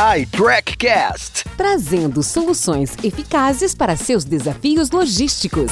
iTrackCast, trazendo soluções eficazes para seus desafios logísticos.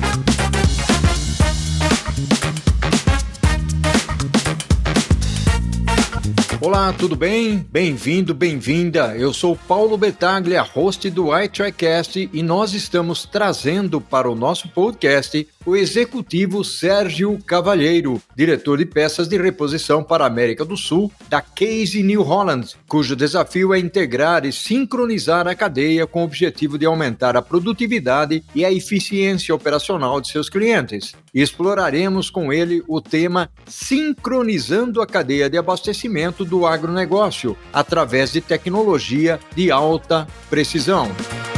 Olá, tudo bem? Bem-vindo, bem-vinda. Eu sou Paulo Betaglia, host do iTrackCast, e nós estamos trazendo para o nosso podcast o executivo Sérgio Cavalheiro, diretor de peças de reposição para a América do Sul da Case New Holland, cujo desafio é integrar e sincronizar a cadeia com o objetivo de aumentar a produtividade e a eficiência operacional de seus clientes. Exploraremos com ele o tema Sincronizando a cadeia de abastecimento do agronegócio através de tecnologia de alta precisão.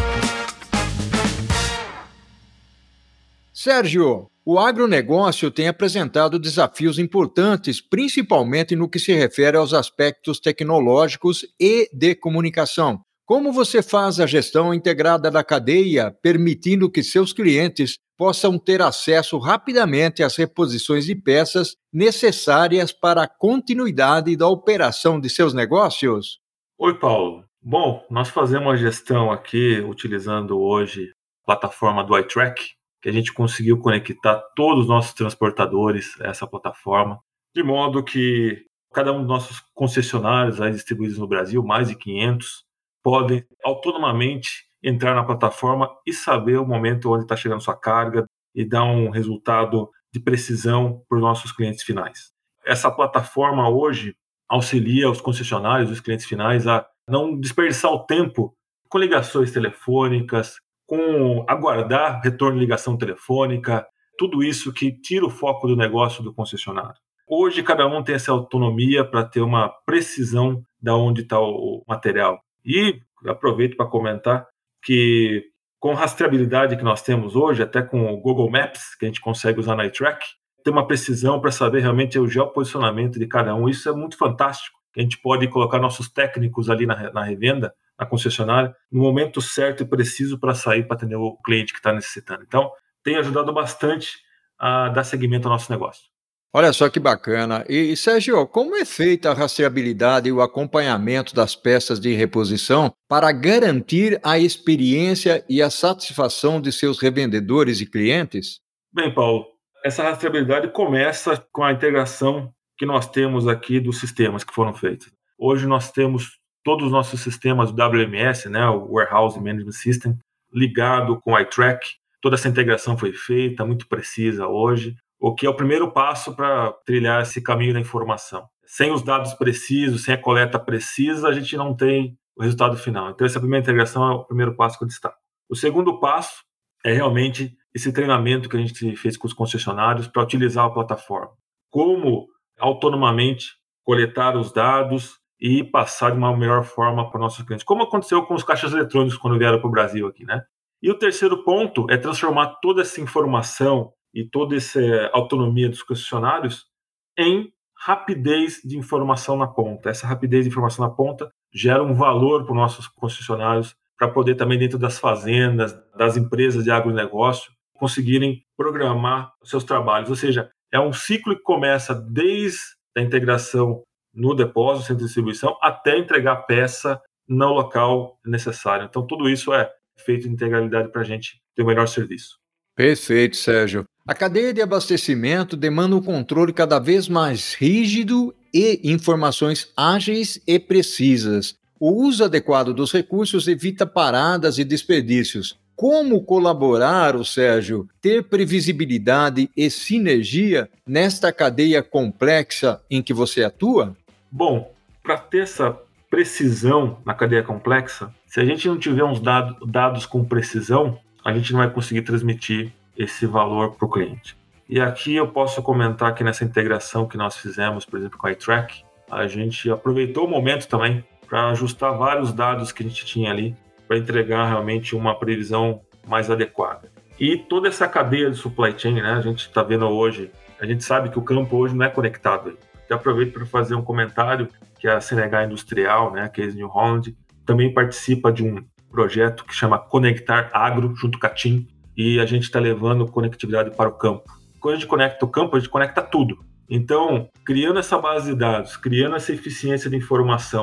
Sérgio, o agronegócio tem apresentado desafios importantes, principalmente no que se refere aos aspectos tecnológicos e de comunicação. Como você faz a gestão integrada da cadeia, permitindo que seus clientes possam ter acesso rapidamente às reposições de peças necessárias para a continuidade da operação de seus negócios? Oi, Paulo. Bom, nós fazemos a gestão aqui utilizando hoje a plataforma do iTrack, que a gente conseguiu conectar todos os nossos transportadores a essa plataforma, de modo que cada um dos nossos concessionários aí distribuídos no Brasil, mais de 500, podem autonomamente entrar na plataforma e saber o momento onde está chegando sua carga e dar um resultado de precisão para os nossos clientes finais. Essa plataforma hoje auxilia os concessionários, os clientes finais, a não desperdiçar o tempo com ligações telefônicas, com aguardar retorno de ligação telefônica, tudo isso que tira o foco do negócio do concessionário. Hoje, cada um tem essa autonomia para ter uma precisão de onde está o material. E aproveito para comentar que com a rastreabilidade que nós temos hoje, até com o Google Maps, que a gente consegue usar na iTrack, tem uma precisão para saber realmente o geoposicionamento de cada um. Isso é muito fantástico. A gente pode colocar nossos técnicos ali na revenda, na concessionária, no momento certo e preciso para sair para atender o cliente que está necessitando. Então, tem ajudado bastante a dar seguimento ao nosso negócio. Olha só que bacana. E Sérgio, como é feita a rastreabilidade e o acompanhamento das peças de reposição para garantir a experiência e a satisfação de seus revendedores e clientes? Bem, Paulo, essa rastreabilidade começa com a integração que nós temos aqui dos sistemas que foram feitos. Hoje nós temos todos os nossos sistemas do WMS, né, o Warehouse Management System, ligado com o iTrack. Toda essa integração foi feita, muito precisa hoje, o que é o primeiro passo para trilhar esse caminho da informação. Sem os dados precisos, sem a coleta precisa, a gente não tem o resultado final. Então, essa primeira integração é o primeiro passo que eu destaco. O segundo passo é realmente esse treinamento que a gente fez com os concessionários para utilizar a plataforma. Como autonomamente coletar os dados e passar de uma melhor forma para nossos clientes. Como aconteceu com os caixas eletrônicos quando vieram para o Brasil aqui, né? E o terceiro ponto é transformar toda essa informação e toda essa autonomia dos concessionários em rapidez de informação na ponta. Essa rapidez de informação na ponta gera um valor para os nossos concessionários para poder também dentro das fazendas, das empresas de agronegócio, conseguirem programar os seus trabalhos. Ou seja, é um ciclo que começa desde a integração no depósito, centro de distribuição, até entregar a peça no local necessário. Então, tudo isso é feito de integralidade para a gente ter o melhor serviço. Perfeito, Sérgio. A cadeia de abastecimento demanda um controle cada vez mais rígido e informações ágeis e precisas. O uso adequado dos recursos evita paradas e desperdícios. Como colaborar, Sérgio, ter previsibilidade e sinergia nesta cadeia complexa em que você atua? Bom, para ter essa precisão na cadeia complexa, se a gente não tiver uns dados com precisão, a gente não vai conseguir transmitir esse valor para o cliente. E aqui eu posso comentar que nessa integração que nós fizemos, por exemplo, com a iTrack, a gente aproveitou o momento também para ajustar vários dados que a gente tinha ali para entregar realmente uma previsão mais adequada. E toda essa cadeia de supply chain, né, a gente está vendo hoje, a gente sabe que o campo hoje não é conectado. Eu aproveito para fazer um comentário que a CNH Industrial, né, a Case New Holland, também participa de um projeto que chama Conectar Agro, junto com a TIM, e a gente está levando conectividade para o campo. Quando a gente conecta o campo, a gente conecta tudo. Então, criando essa base de dados, criando essa eficiência de informação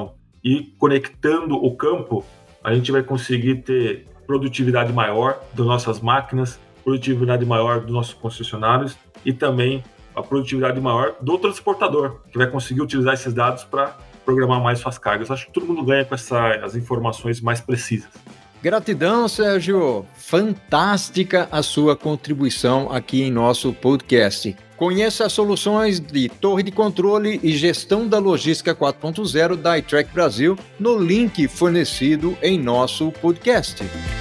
e conectando o campo, a gente vai conseguir ter produtividade maior das nossas máquinas, produtividade maior dos nossos concessionários e também a produtividade maior do transportador, que vai conseguir utilizar esses dados para programar mais suas cargas. Acho que todo mundo ganha com as informações mais precisas. Gratidão, Sérgio. Fantástica a sua contribuição aqui em nosso podcast. Conheça as soluções de torre de controle e gestão da logística 4.0 da iTrack Brasil no link fornecido em nosso podcast.